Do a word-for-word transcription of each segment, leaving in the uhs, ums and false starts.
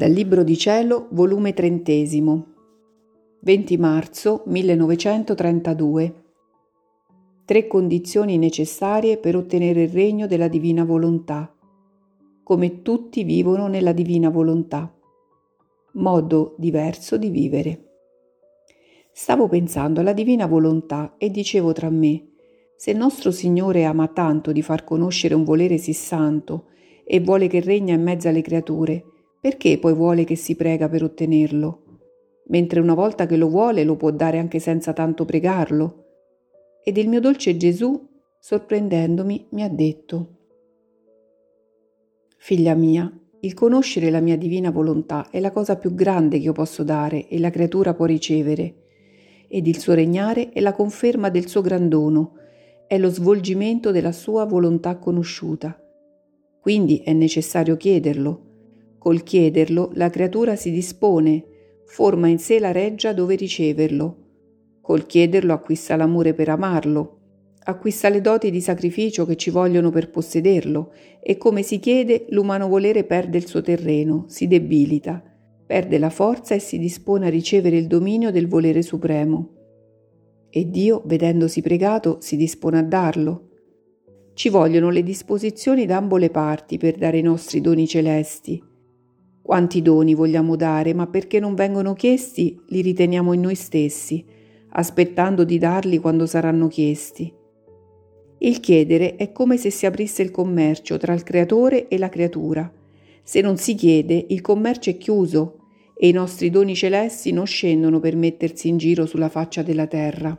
Dal Libro di Cielo, volume trentesimo, venti marzo millenovecentotrentadue. Tre condizioni necessarie per ottenere il regno della divina volontà. Come tutti vivono nella divina volontà. Modo diverso di vivere. Stavo pensando alla divina volontà e dicevo tra me: se il nostro Signore ama tanto di far conoscere un volere sì santo e vuole che regna in mezzo alle creature, perché poi vuole che si prega per ottenerlo? Mentre una volta che lo vuole lo può dare anche senza tanto pregarlo. Ed il mio dolce Gesù, sorprendendomi, mi ha detto: figlia mia, il conoscere la mia divina volontà è la cosa più grande che io posso dare e la creatura può ricevere. Ed il suo regnare è la conferma del suo gran dono, è lo svolgimento della sua volontà conosciuta. Quindi è necessario chiederlo. Col chiederlo la creatura si dispone, forma in sé la reggia dove riceverlo. Col chiederlo acquista l'amore per amarlo, acquista le doti di sacrificio che ci vogliono per possederlo e come si chiede l'umano volere perde il suo terreno, si debilita, perde la forza e si dispone a ricevere il dominio del volere supremo. E Dio, vedendosi pregato, si dispone a darlo. Ci vogliono le disposizioni da ambo le parti per dare i nostri doni celesti. Quanti doni vogliamo dare, ma perché non vengono chiesti, li riteniamo in noi stessi, aspettando di darli quando saranno chiesti. Il chiedere è come se si aprisse il commercio tra il creatore e la creatura. Se non si chiede, il commercio è chiuso e i nostri doni celesti non scendono per mettersi in giro sulla faccia della terra.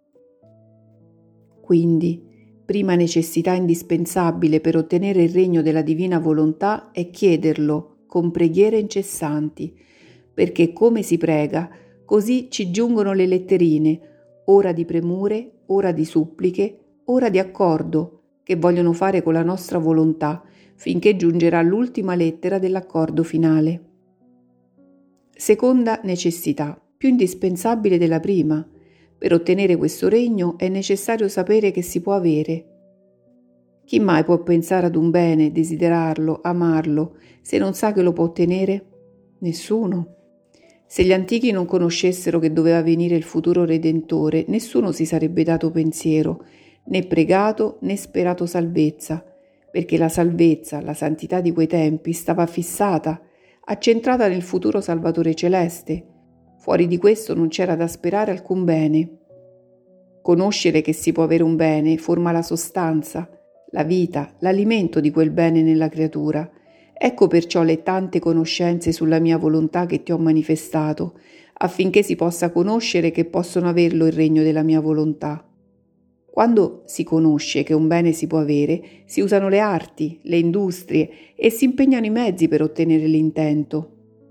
Quindi, prima necessità indispensabile per ottenere il regno della divina volontà è chiederlo con preghiere incessanti, perché come si prega, così ci giungono le letterine, ora di premure, ora di suppliche, ora di accordo, che vogliono fare con la nostra volontà, finché giungerà l'ultima lettera dell'accordo finale. Seconda necessità, più indispensabile della prima. Per ottenere questo regno è necessario sapere che si può avere. Chi mai può pensare ad un bene, desiderarlo, amarlo, se non sa che lo può ottenere? Nessuno. Se gli antichi non conoscessero che doveva venire il futuro Redentore, nessuno si sarebbe dato pensiero, né pregato né sperato salvezza, perché la salvezza, la santità di quei tempi stava fissata, accentrata nel futuro Salvatore celeste. Fuori di questo non c'era da sperare alcun bene. Conoscere che si può avere un bene forma la sostanza, la vita, l'alimento di quel bene nella creatura. Ecco perciò le tante conoscenze sulla mia volontà che ti ho manifestato, affinché si possa conoscere che possono averlo il regno della mia volontà. Quando si conosce che un bene si può avere, si usano le arti, le industrie e si impegnano i mezzi per ottenere l'intento.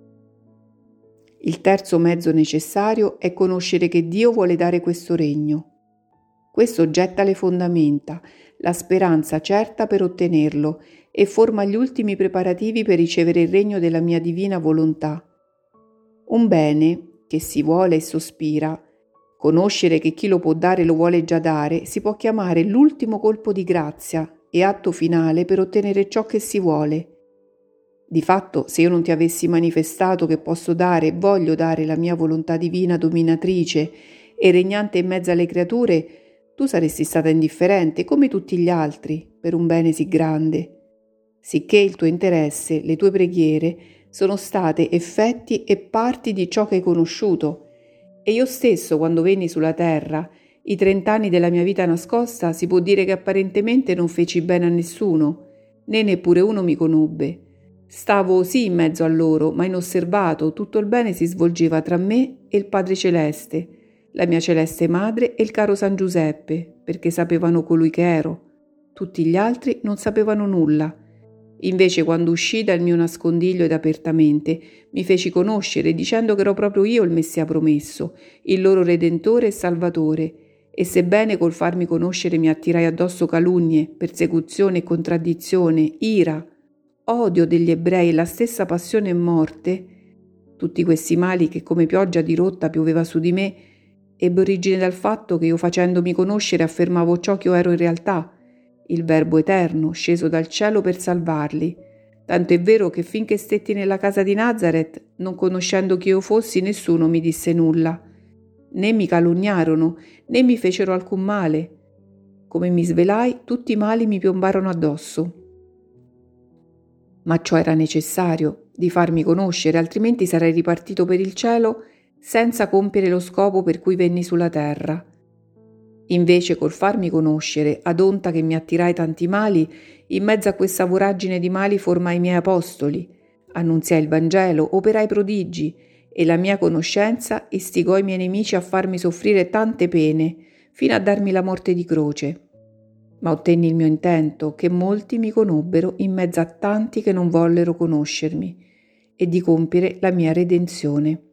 Il terzo mezzo necessario è conoscere che Dio vuole dare questo regno. Questo getta le fondamenta, la speranza certa per ottenerlo e forma gli ultimi preparativi per ricevere il regno della mia divina volontà. Un bene che si vuole e sospira, conoscere che chi lo può dare lo vuole già dare, si può chiamare l'ultimo colpo di grazia e atto finale per ottenere ciò che si vuole. Di fatto, se io non ti avessi manifestato che posso dare e voglio dare la mia volontà divina dominatrice e regnante in mezzo alle creature, tu saresti stata indifferente come tutti gli altri per un bene sì grande. Sicché il tuo interesse, le tue preghiere sono state effetti e parti di ciò che hai conosciuto. E io stesso, quando venni sulla terra, i trent'anni della mia vita nascosta, si può dire che apparentemente non feci bene a nessuno, né neppure uno mi conobbe. Stavo sì in mezzo a loro, ma inosservato, tutto il bene si svolgeva tra me e il Padre Celeste, la mia celeste madre e il caro San Giuseppe, perché sapevano colui che ero. Tutti gli altri non sapevano nulla. Invece, quando uscii dal mio nascondiglio ed apertamente, mi feci conoscere dicendo che ero proprio io il Messia promesso, il loro Redentore e Salvatore, e sebbene col farmi conoscere mi attirai addosso calunnie, persecuzione e contraddizione, ira, odio degli ebrei e la stessa passione e morte, tutti questi mali che come pioggia di rotta pioveva su di me, ebbe origine dal fatto che io facendomi conoscere affermavo ciò che io ero in realtà, il Verbo eterno sceso dal cielo per salvarli, Tanto è vero che finché stetti nella casa di Nazareth, non conoscendo chi io fossi, nessuno mi disse nulla. Né mi calunniarono, né mi fecero alcun male. Come mi svelai, tutti i mali mi piombarono addosso. Ma ciò era necessario, di farmi conoscere, altrimenti sarei ripartito per il cielo senza compiere lo scopo per cui venni sulla terra. Invece, col farmi conoscere, ad onta che mi attirai tanti mali, in mezzo a questa voragine di mali formai i miei apostoli, annunziai il Vangelo, operai prodigi, e la mia conoscenza istigò i miei nemici a farmi soffrire tante pene, fino a darmi la morte di croce. Ma ottenni il mio intento, che molti mi conobbero in mezzo a tanti che non vollero conoscermi, e di compiere la mia redenzione.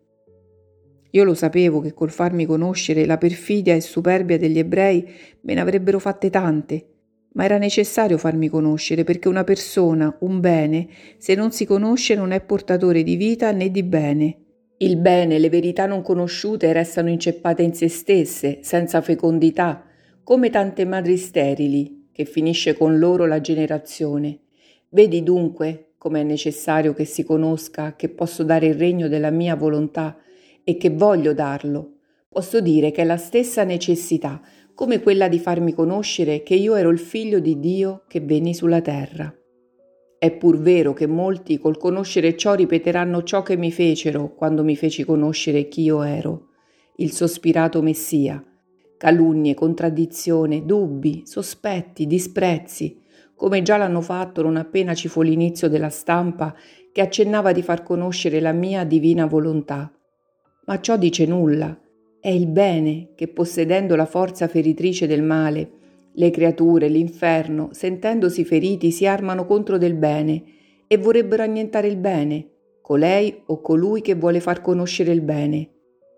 Io lo sapevo che col farmi conoscere la perfidia e superbia degli ebrei me ne avrebbero fatte tante, ma era necessario farmi conoscere perché una persona, un bene, se non si conosce non è portatore di vita né di bene. Il bene, le verità non conosciute restano inceppate in se stesse, senza fecondità, come tante madri sterili, che finisce con loro la generazione. Vedi dunque come è necessario che si conosca che posso dare il regno della mia volontà e che voglio darlo. Posso dire che è la stessa necessità, come quella di farmi conoscere che io ero il figlio di Dio che venni sulla terra. È pur vero che molti col conoscere ciò ripeteranno ciò che mi fecero quando mi feci conoscere chi io ero, il sospirato Messia. Calunnie, contraddizione, dubbi, sospetti, disprezzi, come già l'hanno fatto non appena ci fu l'inizio della stampa che accennava di far conoscere la mia divina volontà. Ma ciò dice nulla, è il bene che, possedendo la forza feritrice del male, le creature, l'inferno, sentendosi feriti, si armano contro del bene e vorrebbero annientare il bene, colei o colui che vuole far conoscere il bene.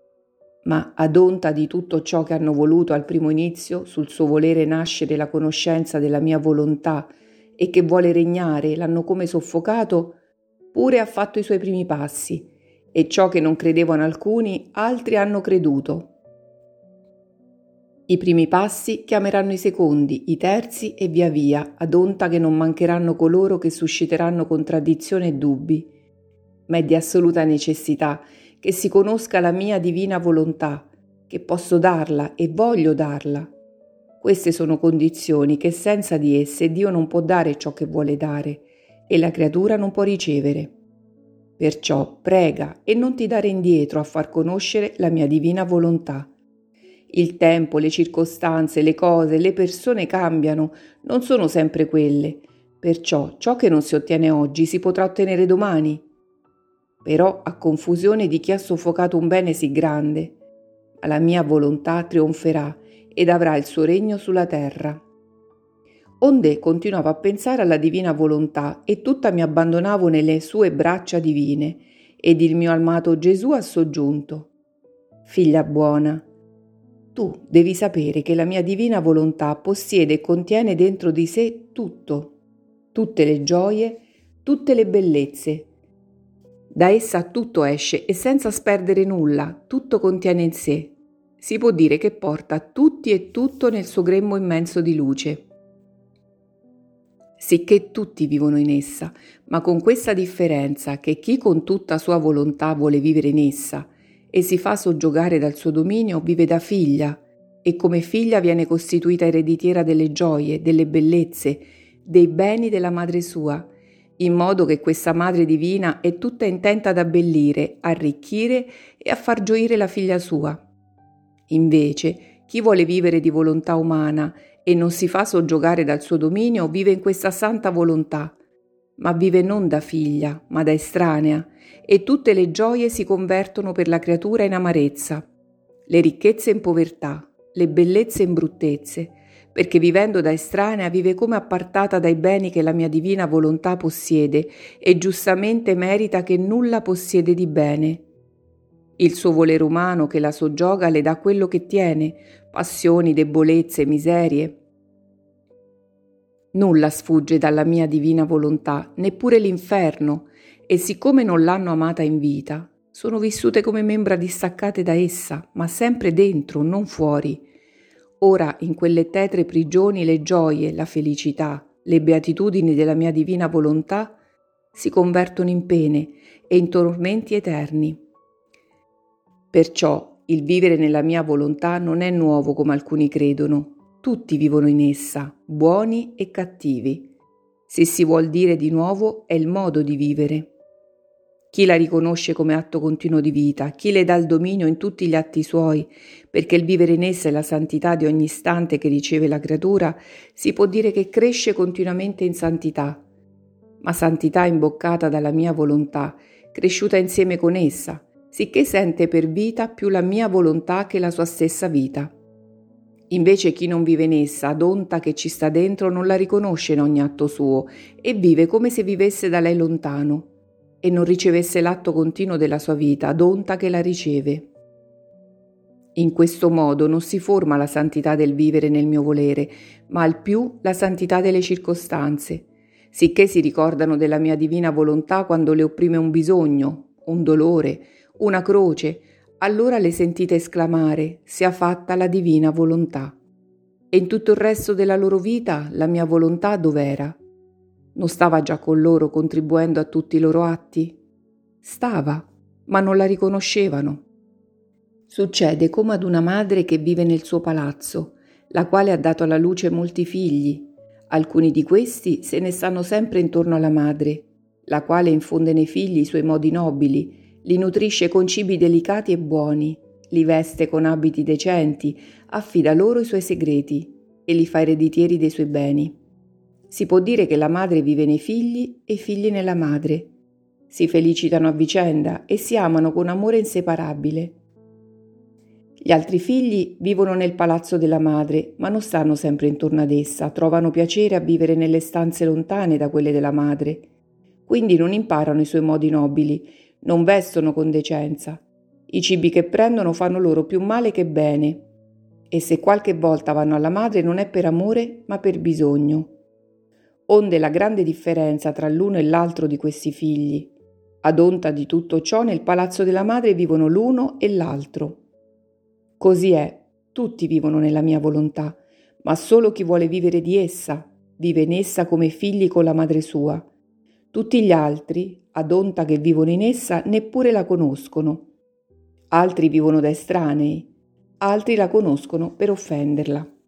Ma ad onta di tutto ciò che hanno voluto al primo inizio, sul suo volere nascere la conoscenza della mia volontà e che vuole regnare, l'hanno come soffocato, pure ha fatto i suoi primi passi, e ciò che non credevano alcuni, altri hanno creduto. I primi passi chiameranno i secondi, i terzi e via via, ad onta che non mancheranno coloro che susciteranno contraddizione e dubbi. Ma è di assoluta necessità che si conosca la mia divina volontà, che posso darla e voglio darla. Queste sono condizioni che senza di esse Dio non può dare ciò che vuole dare e la creatura non può ricevere. Perciò prega e non ti dare indietro a far conoscere la mia divina volontà. Il tempo, le circostanze, le cose, le persone cambiano, non sono sempre quelle. Perciò ciò che non si ottiene oggi si potrà ottenere domani. Però a confusione di chi ha soffocato un bene sì grande. Ma la mia volontà trionferà ed avrà il suo regno sulla terra. Onde continuavo a pensare alla divina volontà e tutta mi abbandonavo nelle sue braccia divine, ed il mio amato Gesù ha soggiunto: Figlia buona, tu devi sapere che la mia divina volontà possiede e contiene dentro di sé tutto, tutte le gioie, tutte le bellezze. Da essa tutto esce e senza sperdere nulla, tutto contiene in sé. Si può dire che porta tutti e tutto nel suo grembo immenso di luce. Sicché tutti vivono in essa, ma con questa differenza che chi con tutta sua volontà vuole vivere in essa e si fa soggiogare dal suo dominio vive da figlia, e come figlia viene costituita ereditiera delle gioie, delle bellezze, dei beni della madre sua, in modo che questa madre divina è tutta intenta ad abbellire, arricchire e a far gioire la figlia sua. Invece, chi vuole vivere di volontà umana e non si fa soggiogare dal suo dominio vive in questa santa volontà, ma vive non da figlia, ma da estranea, e tutte le gioie si convertono per la creatura in amarezza, le ricchezze in povertà, le bellezze in bruttezze, perché vivendo da estranea vive come appartata dai beni che la mia divina volontà possiede e giustamente merita che nulla possiede di bene. Il suo volere umano che la soggioga le dà quello che tiene, passioni, debolezze, miserie. Nulla sfugge dalla mia divina volontà, neppure l'inferno, e siccome non l'hanno amata in vita, sono vissute come membra distaccate da essa, ma sempre dentro, non fuori. Ora in quelle tetre prigioni le gioie, la felicità, le beatitudini della mia divina volontà si convertono in pene e in tormenti eterni. Perciò il vivere nella mia volontà non è nuovo come alcuni credono. Tutti vivono in essa, buoni e cattivi. Se si vuol dire di nuovo, è il modo di vivere. Chi la riconosce come atto continuo di vita, chi le dà il dominio in tutti gli atti suoi, perché il vivere in essa è la santità di ogni istante che riceve la creatura, si può dire che cresce continuamente in santità. Ma santità imboccata dalla mia volontà, cresciuta insieme con essa, sicché sente per vita più la mia volontà che la sua stessa vita. Invece chi non vive in essa, ad onta che ci sta dentro, non la riconosce in ogni atto suo e vive come se vivesse da lei lontano e non ricevesse l'atto continuo della sua vita, ad onta che la riceve. In questo modo non si forma la santità del vivere nel mio volere, ma al più la santità delle circostanze, sicché si ricordano della mia divina volontà quando le opprime un bisogno, un dolore, una croce, allora le sentite esclamare: sia fatta la divina volontà. E in tutto il resto della loro vita la mia volontà dov'era? Non stava già con loro contribuendo a tutti i loro atti? Stava, ma non la riconoscevano. Succede come ad una madre che vive nel suo palazzo, la quale ha dato alla luce molti figli. Alcuni di questi se ne stanno sempre intorno alla madre, la quale infonde nei figli i suoi modi nobili, li nutrisce con cibi delicati e buoni, li veste con abiti decenti, affida loro i suoi segreti e li fa ereditieri dei suoi beni. Si può dire che la madre vive nei figli e i figli nella madre. Si felicitano a vicenda e si amano con amore inseparabile. Gli altri figli vivono nel palazzo della madre, ma non stanno sempre intorno ad essa, trovano piacere a vivere nelle stanze lontane da quelle della madre. Quindi non imparano i suoi modi nobili, non vestono con decenza. I cibi che prendono fanno loro più male che bene. E se qualche volta vanno alla madre non è per amore, ma per bisogno. Onde la grande differenza tra l'uno e l'altro di questi figli. Ad onta di tutto ciò, nel palazzo della madre vivono l'uno e l'altro. Così è, tutti vivono nella mia volontà, ma solo chi vuole vivere di essa, vive in essa come figli con la madre sua. Tutti gli altri, ad onta che vivono in essa, neppure la conoscono. Altri vivono da estranei, altri la conoscono per offenderla.